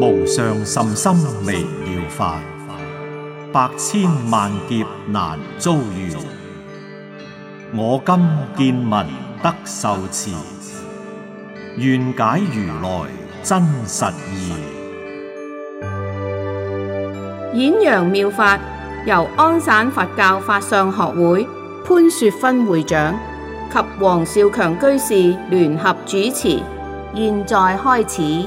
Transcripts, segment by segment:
無上甚深微妙法，百千萬劫難遭遇。我今見聞得受持，願解如來真實義。 演揚妙法由安省佛教法相學會潘雪芬會長及黃少強居士聯合主持，現在開始。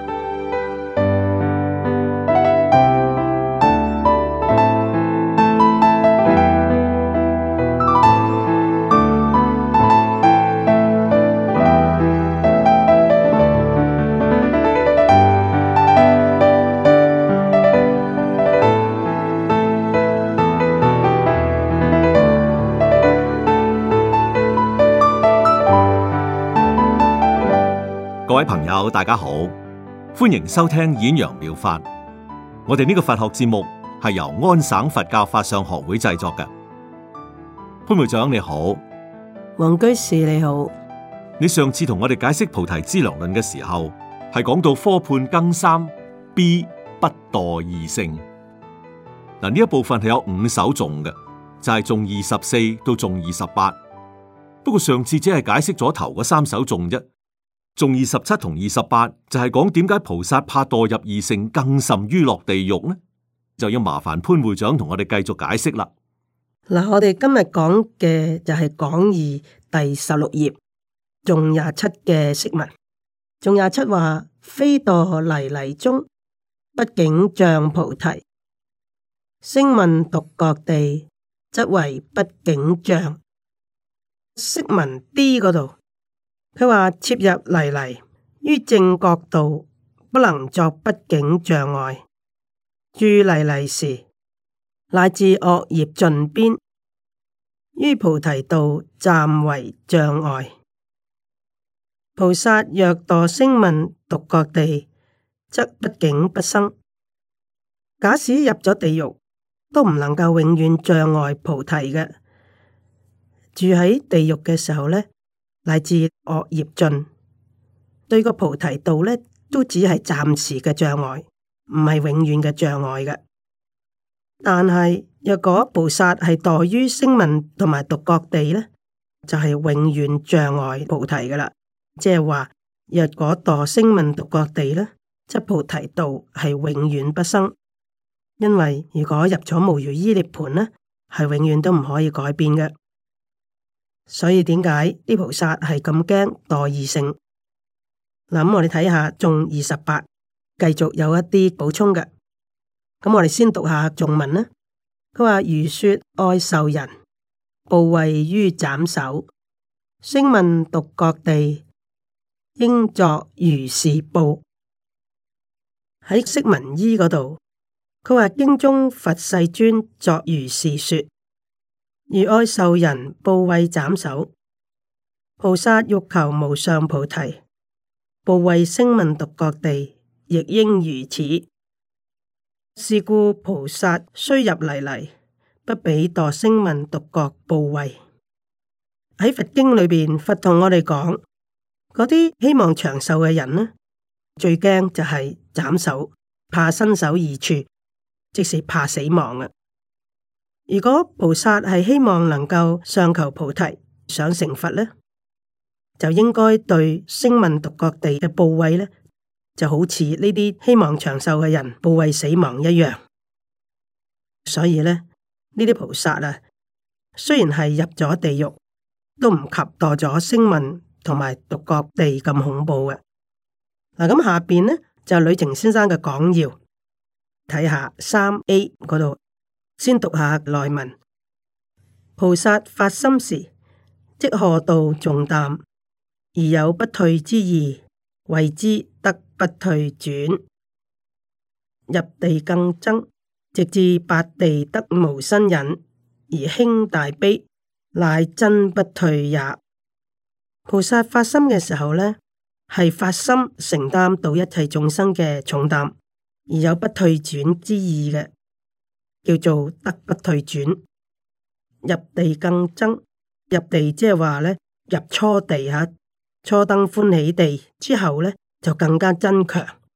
各位朋友，大家好，歡迎收聽演揚妙法。我哋呢個佛學節目係由安省佛教法相學會製作嘅。潘會長你好， 黃居士你好。 你上次同我哋解釋菩提資糧論嘅時候，係講到科判庚三 B 不墮二乘。嗱，呢一部分係有5首頌嘅，就係頌24到頌28。不過上次只係解釋咗頭嗰3首頌啫。頌27同28就係講點解菩薩怕墮入二乘更甚於落地獄呢？就要麻煩潘會長同我哋繼續解釋啦。 嗱，我哋今日講嘅就係講義第16頁頌27嘅釋文。頌27話：非墮泥犁中，不竟障菩提；聲聞獨覺地，則為不竟障。釋文 D 嗰度。佢話切入泥犁於正覺道，不能作不境障礙；住泥犁時，乃至惡業盡邊，於菩提道暫為障礙。菩薩若墮聲聞獨覺地，則不境不生。假使入咗地獄，都唔能夠永遠障礙菩提嘅。住喺地獄嘅時候呢，乃至惡業盡，對個菩提道呢，都只係暫時嘅障礙，唔係永遠嘅障礙嘅。但係若果菩薩係墮於聲聞同埋獨覺地呢，就係永遠障礙菩提噶啦。即係話，若果墮聲聞獨覺地呢，則菩提道係永遠不生。因為如果入咗無餘依涅盤呢，係永遠都唔可以改變嘅。所以點解啲菩薩係咁驚墮二乘？嗱，咁我哋睇下頌28，繼續有一啲補充嘅。咁我哋先讀下頌文啦。佢話：如說愛受人，怖畏於斬首，聲聞獨覺地，應作如是報。喺釋文依嗰度，佢話經中佛世尊作如是說。如愛受人，怖畏斬首，菩薩欲求無上菩提，怖畏聲聞獨覺地，亦應如此。是故菩薩雖入泥犁，不比墮聲聞獨覺怖畏。喺佛經裏邊，佛同我哋講，嗰啲希望長壽嘅人呢，最驚就係斬首，怕身首異處，即是怕死亡啊！如果菩薩係希望能夠上求菩提，想成佛呢，就應該對聲聞獨覺地嘅怖畏呢，就好似呢啲希望長壽嘅人怖畏死亡一樣。所以呢，呢啲菩薩啊，雖然係入咗地獄，都唔及墮咗聲聞同埋獨覺地咁恐怖嘅。嗱，咁下邊呢就呂澂先生嘅講要，睇下3A 嗰度。先讀下內文。菩薩發心時，即荷道重擔，而有不退之意，謂之得不退轉。入地更增，直至八地得無生忍，而興大悲，乃真不退也。菩薩發心嘅時候呢，係發心承擔到一切眾生嘅重擔，而有不退轉之意嘅。叫做得不退轉。入地更增，入地即係話咧，入初地吓，初登歡喜地之後咧，就更加增強，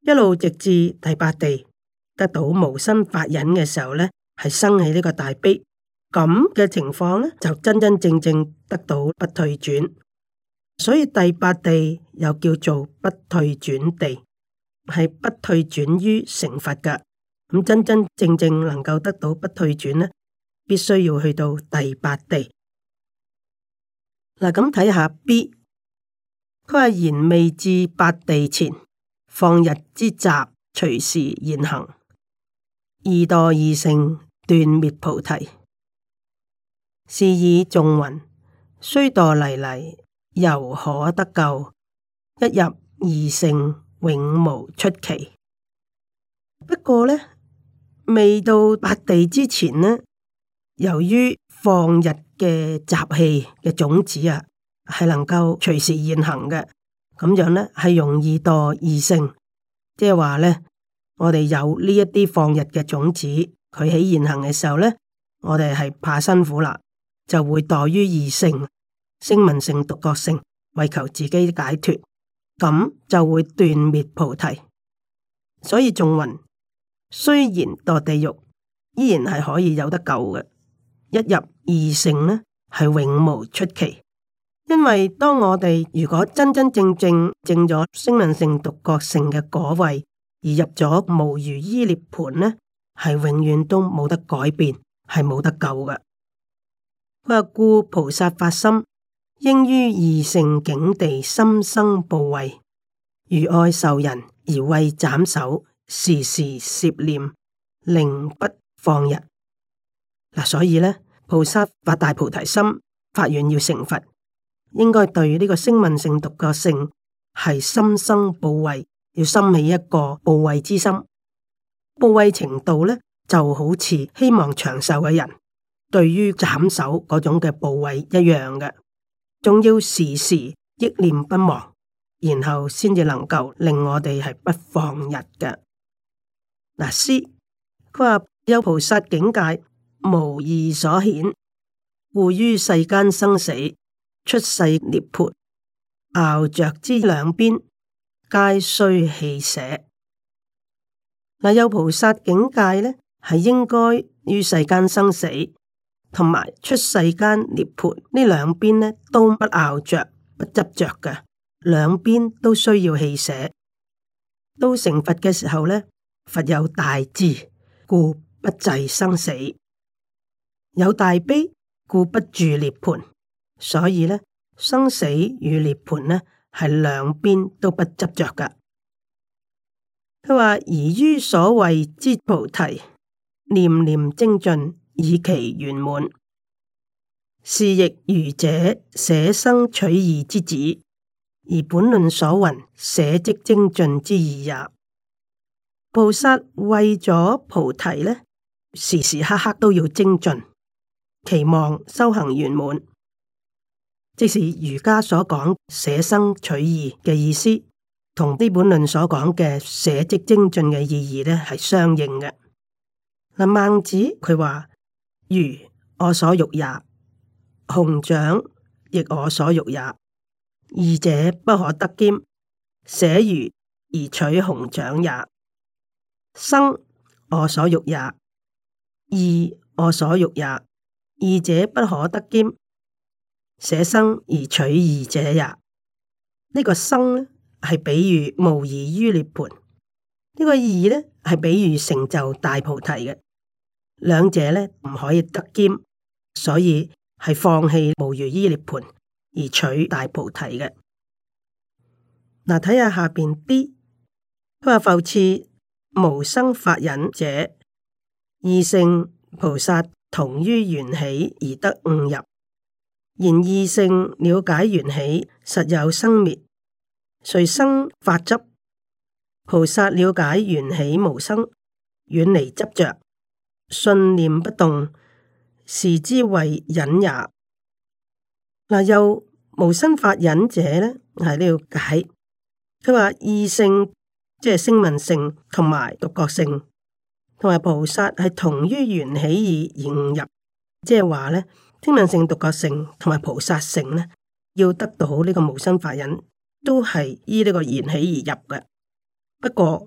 一路直至第八地得到無生法忍嘅時候呢，係生起呢個大悲，咁嘅情況呢，就真真正正得到不退轉。所以第八地又叫做不退轉地，係不退轉於成佛噶。咁真真正正能夠得到不退轉呢，必須要去到第八地。嗱，咁睇下 B， 佢話言未至八地前，放逸之習隨時現行，二墮二乘斷滅菩提。是以頌云：雖墮泥犁，猶可得救；一入二乘，永無出期。不過呢，未到八地之前呢，由於放逸嘅習氣嘅種子啊，係能夠隨時現行嘅，咁樣呢係容易墮二乘。即係話呢，我哋有呢一啲放逸嘅種子，佢喺現行嘅時候呢，我哋係怕辛苦啦，就會墮於二乘，聲聞乘、獨覺乘，為求自己解脫，咁就會斷滅菩提。所以頌云：雖然墮地獄，依然係可以有得救嘅。一入二乘呢，係永無出期。因為當我哋如果真真正正證咗聲聞乘、獨覺乘嘅果位，而入咗無餘依涅盤呢，係永遠都冇得改變，係冇得救嘅。佢話故菩薩發心，應於二乘境地心生怖畏，如愛仇人而為斬首，時時攝念，令不放逸。嗱，所以呢，菩薩發大菩提心，發願要成佛，應該對呢個聲聞乘、獨覺乘係心生怖畏，要生起一個怖畏之心。怖畏程度呢，就好似希望長壽嘅人對於斬首嗰種嘅怖畏一樣嘅，仲要時時憶念不忘，然後先至能夠令我哋係不放逸嘅。嗱，C，佢話有菩薩境界無異所顯，故於世間生死、出世涅槃、樂着之兩邊，皆須棄捨。嗱，有菩薩境界呢，係應該於世間生死同埋出世間涅槃呢兩邊呢，都不樂着、不執着嘅，兩邊都需要棄捨。到成佛嘅時候呢，佛有大智，故不滯生死；有大悲，故不住涅槃。所以呢，生死與涅槃呢，係兩邊都不執着噶。佢話而於所謂之菩提，念念精進，以其圓滿。是亦愚者捨生取義之子，而本論所云捨即精進之義也。菩薩為咗菩提呢，時時刻刻都要精進，期望修行圓滿。即是儒家所講捨生取義嘅意思，同呢本論所講嘅捨即精進嘅意義呢係相應嘅。嗱，孟子佢話：儒我所欲也，熊掌亦我所欲也，二者不可得兼，捨儒而取熊掌也。生我所欲也，義我所欲也，二者不可得兼，捨生而取義者也。呢個生呢係比喻無異於涅槃，呢個義呢係比喻成就大菩提嘅。兩者呢唔可以得兼，所以係放棄無餘依涅槃而取大菩提嘅。嗱，睇下下邊啲，佢話復次無生法忍者，二乘菩薩同於緣起而得悟入。然二乘了解緣起實有生滅，遂生法執。菩薩了解緣起無生，遠離執着，信念不動，是之謂忍也。嗱，有無生法忍者呢，係呢個解。佢話二乘即係聲聞乘同埋獨覺乘，同埋菩薩係同於緣起而悟入，即係話呢，聲聞乘、獨覺乘同埋菩薩乘呢，要得到呢個無生法忍，都係依呢個緣起而入嘅。不過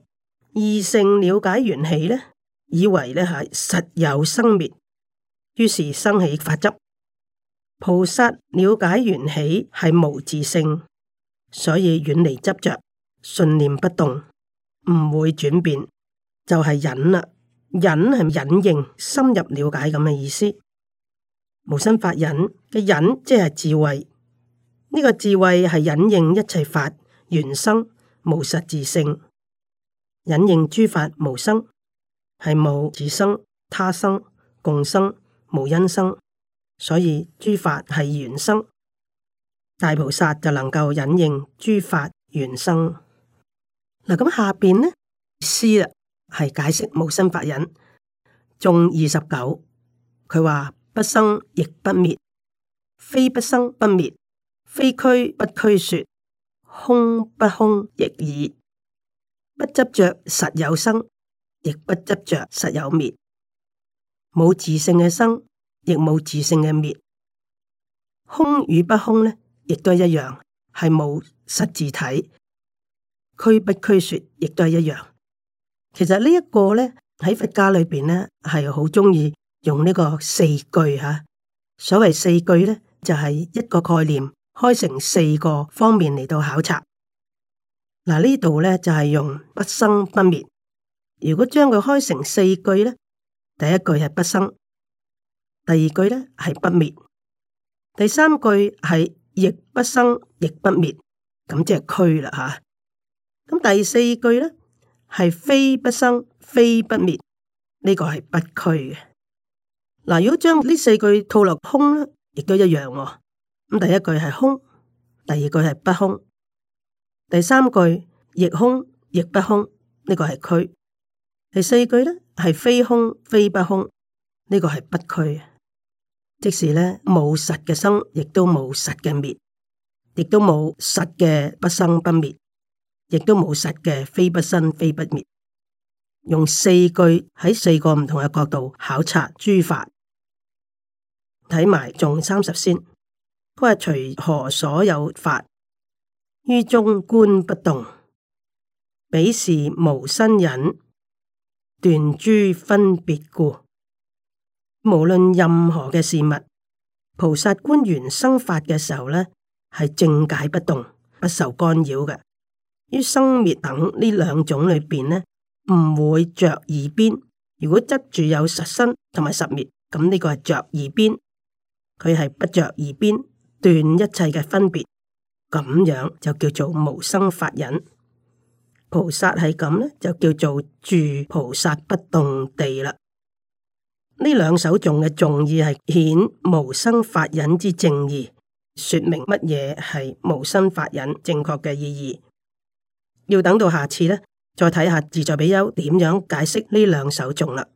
異性了解緣起呢，以為呢係實有生滅，於是生起法執。菩薩了解緣起係無自性，所以遠離執着，信念不動，唔會轉變，就係忍啦。忍係隱認，深入了解咁嘅意思。無生法忍嘅忍，即係智慧。呢個智慧係隱認一切法原生無實自性，隱認諸法無生，係冇自生、他生、共生、無因生，所以諸法係原生。大菩薩就能夠隱認諸法原生。嗱，咁下邊呢詩啦，係解釋無生法忍。頌29，佢話不生亦不滅，非不生不滅，非虛不虛說，空不空亦已，不執着實有生，亦不執着實有滅，冇自性嘅生，亦冇自性嘅滅。空與不空呢，亦都係一樣，係冇實自體。虛不虛說，亦都係一樣。其實呢一個呢，喺佛家裏邊呢，係好中意用呢個四句吓。所謂四句呢，就係一個概念開成四個方面嚟到考察。嗱，呢度呢，就係用不生不滅。如果將佢開成四句呢，第一句係不生，第二句呢係不滅，第三句係亦不生亦不滅，咁即係虛啦吓。咁第四句呢係非不生非不滅，呢個係不虛嘅。嗱，如果將呢四句套落空呢，亦都一樣喎。咁第一句係空，第二句係不空，第三句亦空亦不空，呢個係虛。第四句呢係非空非不空，呢個係不虛。即是呢冇實嘅生，亦都冇實嘅滅，亦都冇實嘅不生不滅，亦都冇實嘅非不生非不滅。用四句喺四個唔同嘅角度考察諸法。睇埋頌30先，佢話隨何所有法，於中觀不動，彼是無生忍，斷諸分別故。無論任何嘅事物，菩薩觀緣生法嘅時候呢，係正解不動，不受干擾嘅。於生滅等呢兩種裏邊呢，唔會着二邊。如果執住有實生同埋實滅，咁呢個係着二邊。佢係不着二邊，斷一切嘅分別，咁樣就叫做無生法忍。菩薩係咁呢，就叫做住菩薩不動地啦。呢兩首頌嘅頌義係顯無生法忍之正義，說明乜嘢係無生法忍正確嘅意義。要等到下次呢，再睇下自在比丘點樣解釋呢兩首頌啦。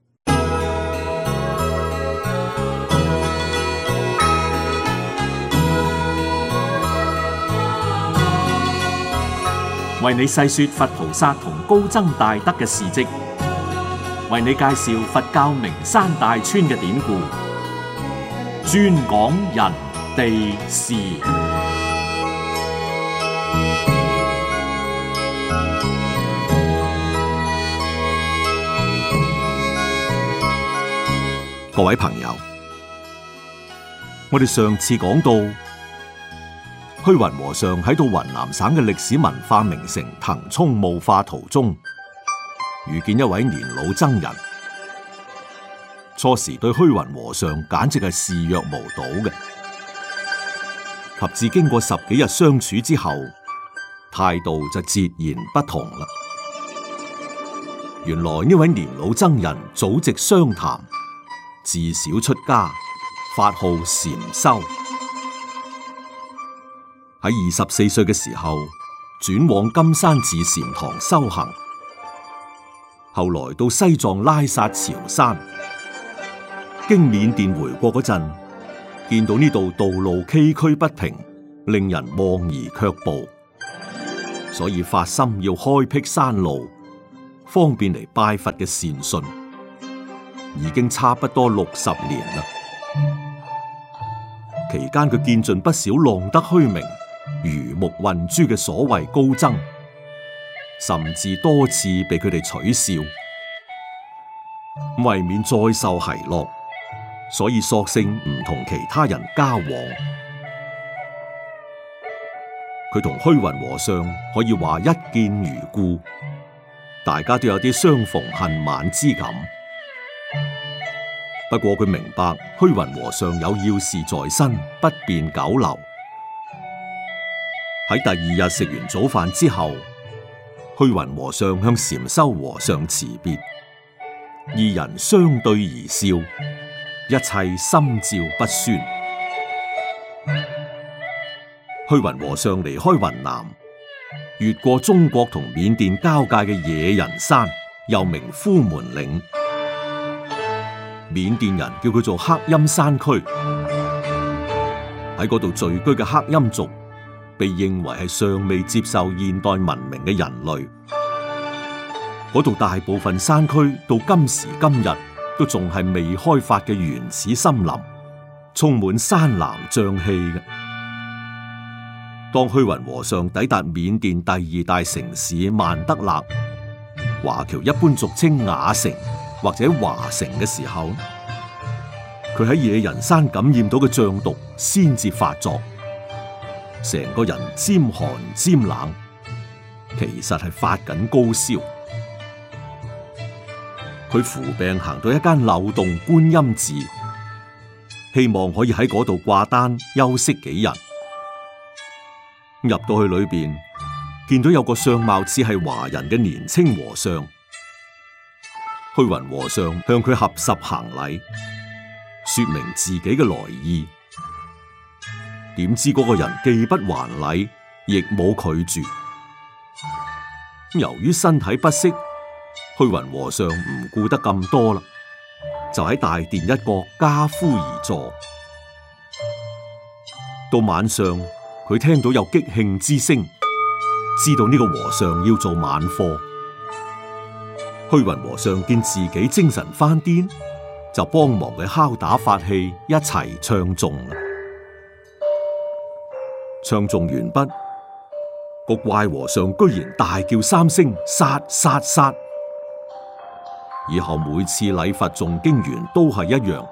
為你細說佛菩薩同高僧大德嘅事跡，為你介紹佛教名山大川嘅典故，專講人地事。 各位朋友，我哋上次講到，虛雲和尚喺到雲南省嘅歷史文化名城騰沖募化途中，遇見一位年老僧人。初時對虛雲和尚簡直係視若無睹嘅，及至經過10幾日相處之後，態度就截然不同啦。原來呢位年老僧人祖籍湘潭，自小出家，法號禪修。喺24歲嘅時候，轉往金山寺禪堂修行。後來到西藏拉薩朝山，經緬甸回國嗰陣，見到呢度道路崎嶇不平，令人望而卻步，所以發心要開闢山路，方便嚟拜佛嘅善信。已經差不多60年啦。期間佢見盡不少浪得虛名、魚目混珠嘅所謂高僧， 甚至多次被佢哋取笑。為免再受奚落，所以索性唔同其他人交往。佢同虛雲和尚可以話一見如故，大家都有啲相逢恨晚之感。不過佢明白虛雲和尚有要事在身，不便久留。喺第二日食完早飯之後，虛雲和尚向禪修和尚辭別，二人相對而笑，一切心照不宣。虛雲和尚離開雲南，越過中國同緬甸交界嘅野人山，又名呼門嶺。緬甸人叫佢做克欽山區。喺嗰度聚居嘅克欽族，被認為係尚未接受現代文明嘅人類。嗰度大部分山區到今時今日都仲係未開發嘅原始森林，充滿山巒瘴氣嘅。當虛雲和尚抵達緬甸第二大城市曼德勒，華僑一般俗稱瓦城或者華城嘅時候，佢喺野人山感染到嘅瘴毒先至發作，成個人尖寒尖冷，其實係發緊高燒。佢扶病行到一間漏洞觀音寺，希望可以喺嗰度掛單休息幾日。入到去裏邊，見到有個相貌似係華人嘅年青和尚。虛雲和尚向佢合十行禮，說明自己嘅來意。點知嗰個人既不還禮，亦冇拒絕。由於身體不適，虛雲和尚唔顧得咁多啦，就喺大殿一角跏趺而坐。到晚上，佢聽到有擊磬之聲，知道呢個和尚要做晚課。虛雲和尚見自己精神翻癲，就幫忙佢敲打法器，一齊唱誦啦。唱誦完畢，個怪和尚居然大叫三聲殺殺殺！以後每次禮佛誦經完都係一樣。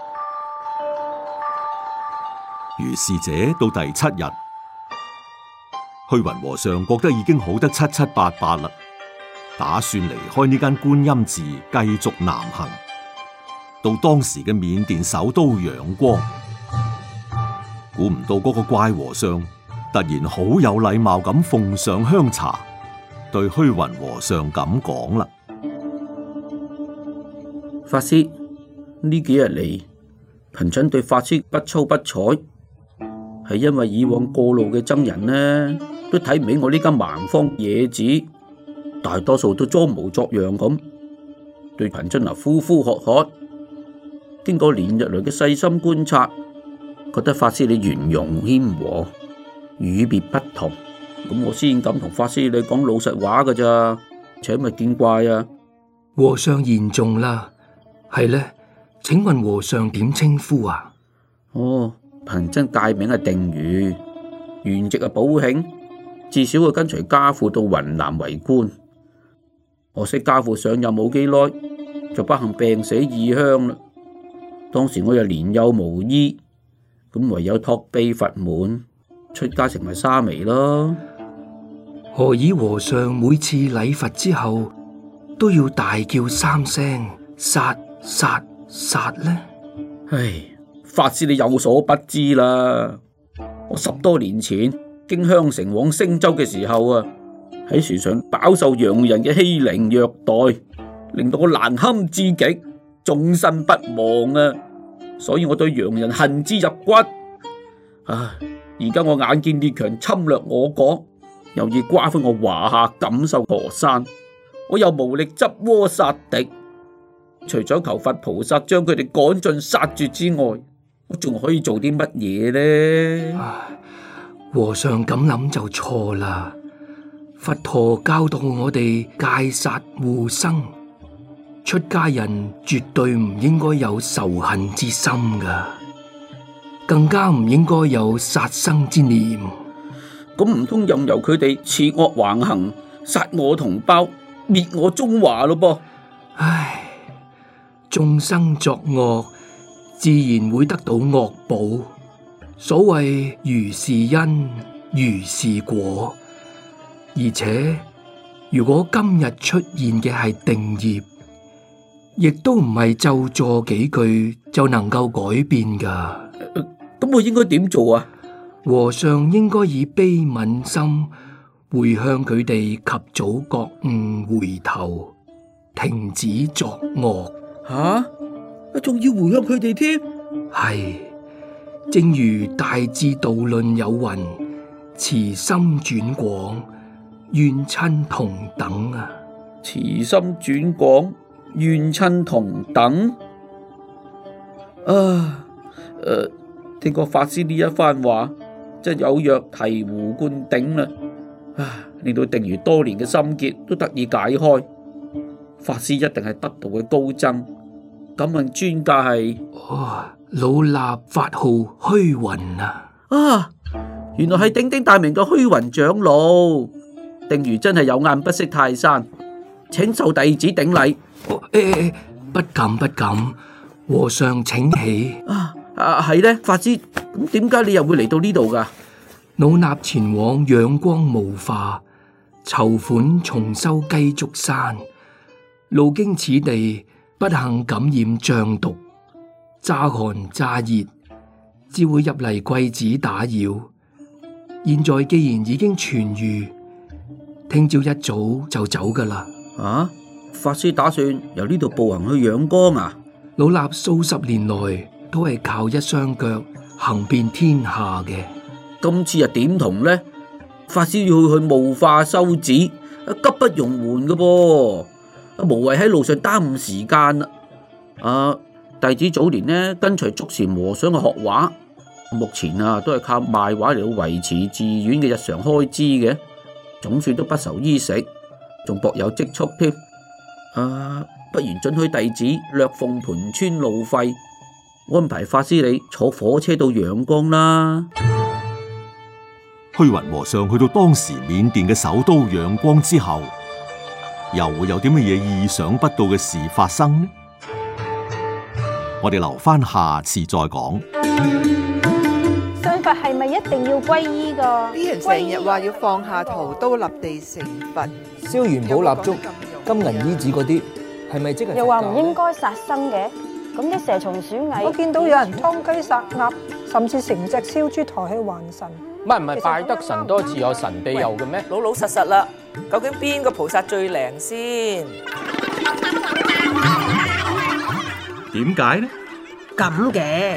如是者到第七日，虛雲和尚覺得已經好得七七八八啦，打算離開呢間觀音寺，繼續南行，到當時嘅緬甸首都仰光。估唔到嗰個怪和尚突然好有禮貌咁奉上香茶，對虛雲和尚咁講啦： 法師，呢幾日嚟，貧僧對法師不瞅不睬，係因為以往過路嘅僧人呢，都睇唔起我呢間蠻荒野寺，大多數都裝模作樣咁，對貧僧呼呼喝喝。經過連日來嘅細心觀察，覺得法師你圓融謙和，與別不同，咁我先敢同法師你講老實話㗎咋，請勿見怪啊！ 和尚言重啦，係呢，請問和尚點稱呼啊？ 哦，貧僧戒名係定如，原籍係寶慶，自小就跟隨家父到雲南為官。可惜家父上任冇幾耐，就不幸病死異鄉啦。當時我又年幼無依，咁唯有託庇佛門，出家成為沙彌咯。 何以和尚每次禮佛之後都要大叫三聲殺殺殺呢？ 唉，法師你有所不知啦，我10多年前經香城往星洲嘅時候啊，喺船上飽受洋人嘅欺凌虐待，令到我難堪至極，終身不忘啊！所以我對洋人恨之入骨。唉，而家我眼見列強侵略我國，又要瓜分我華夏錦繡河山，我又無力執窩殺敵，除咗求佛菩薩將佢哋趕盡殺絕之外，我仲可以做啲乜嘢呢？ 和尚咁諗就錯啦。佛陀教導我哋戒殺護生，出家人絕對唔應該有仇恨之心噶，更加唔應該有殺生之念。 咁唔通任由佢哋恃惡橫行， 殺我同胞，滅我中華咯噃。 唉，眾生作惡，自然會得到惡報。所謂如是因，如是果。而且，如果今日出現嘅係定業，亦都唔係咒詛幾句就能夠改變噶。 咁我應該點做啊？ 和尚應該以悲憫心回向佢哋及早覺悟回頭，停止作惡。 吓，仲要回向佢哋添？ 係，正如《大智度論》有云：慈心轉廣，怨親同等啊！ 慈心轉廣，怨親同等。聽過法師呢一番話，真有若醍醐灌頂啦！令到定如多年嘅心結都得以解開。法師一定係得道嘅高僧。敢問尊駕係？ 老衲法號虛雲啊！ 原來係鼎鼎大名嘅虛雲長老。定如真係有眼不識泰山，請受弟子頂禮。 不敢不敢，和尚請起。 係呢，法師，咁點解你又會嚟到呢度噶？ 老衲前往仰光霧化，籌款重修雞足山，路經此地，不幸感染瘴毒，乍寒乍熱，只會入嚟貴子打擾。現在既然已經痊愈，聽朝一早就走噶啦。 法師打算由呢度步行去仰光啊？ 老衲數十年來都係靠一雙腳行遍天下嘅。 今次又點同呢？法師要去霧化修止，急不容緩嘅噃，無謂喺路上耽誤時間啦。弟子早年呢跟隨竺禪和尚嘅學畫，目前都係靠賣畫嚟到維持寺院嘅日常開支嘅，總算都不愁衣食，仲薄有積蓄添。不如准許弟子略奉盤村路費，安排法師你坐火車到仰光啦。 虛雲和尚去到當時緬甸嘅首都仰光之後，又會有啲乜嘢意想不到嘅事發生呢？我哋留翻下次再講。 信佛係咪一定要皈依噶？ 啲人成日話要放下屠刀立地成佛， 燒元寶蠟燭、金銀衣紙嗰啲，係咪即係？ 又話唔應該殺生嘅，咁啲蛇蟲鼠蟻， 我見到有人劏雞殺鴨，甚至成隻燒豬抬去還神。 唔係拜得神多自有神庇佑嘅咩？ 老老實實啦，究竟邊個菩薩最靈先？ 點解呢？ 咁嘅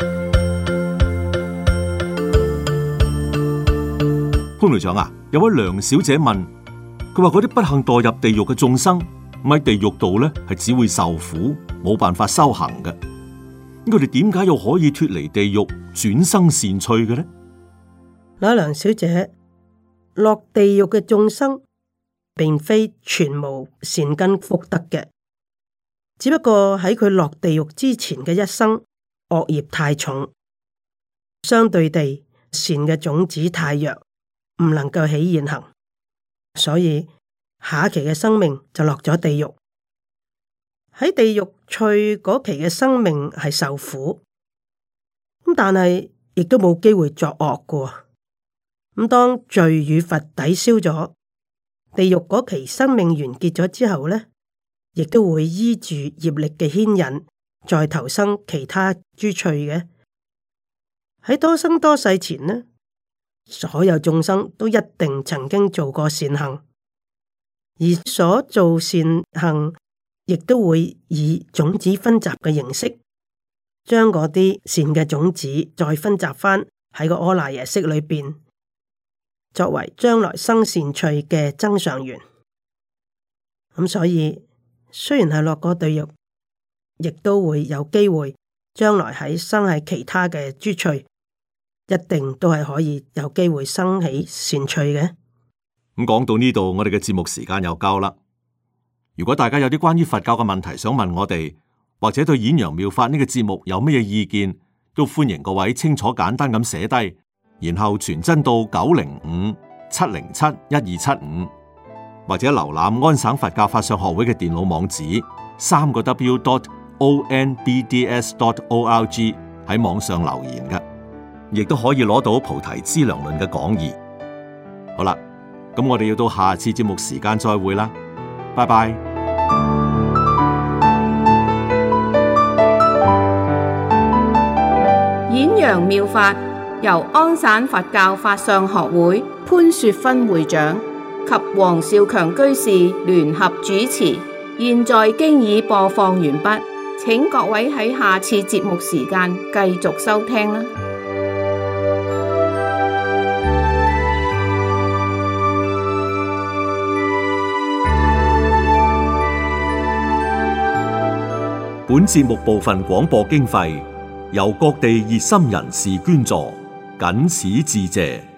潘會長啊，有位梁小姐問，佢話嗰啲不幸墮入地獄嘅眾生，咁喺地獄度咧係只會受苦，冇辦法修行嘅。咁佢哋點解又可以脫離地獄，轉生善趣嘅呢？ 嗱，梁小姐，落地獄嘅眾生，並非全無善根福德嘅，只不過喺佢落地獄之前嘅一生惡業太重，相對地善嘅種子太弱，唔能夠起現行，所以下一期嘅生命就落咗地獄。喺地獄趣嗰期嘅生命係受苦，咁但係亦都冇機會作惡嘅。咁當罪與罰抵消咗，地獄嗰期生命完結咗之後呢，亦都會依住業力嘅牽引，再投生其他諸趣嘅。喺多生多世前呢，所有眾生都一定曾經做過善行，而所做善行亦都會以種子分集嘅形式，將嗰啲善嘅種子再分集翻喺個阿賴耶識裏邊，作為將來生善趣嘅增上緣。咁所以雖然係落過地獄，亦都會有機會將來喺生喺其他嘅諸趣，一定都係可以有機會生起善趣嘅。 咁講到呢度，我哋嘅節目時間又夠啦。如果大家有啲關於佛教嘅問題想問我哋，或者對演揚妙法呢個節目有咩意見，都歡迎各位清楚簡單咁寫低，然後傳真到905-707-1275 或者瀏覽安省佛教法相學會嘅電腦網址3個W.ONBDS.org 喺網上留言嘅，亦都可以攞到菩提資糧論嘅講義。好啦，咁我哋要到下次節目時間再會啦，拜拜。 演揚妙法由安省佛教法相學會潘雪芬會長及黃少強居士聯合主持，現在經已播放完畢，請各位喺下次節目時間繼續收聽啦。 本節目部分廣播經費由各地熱心人士捐助，謹此致謝。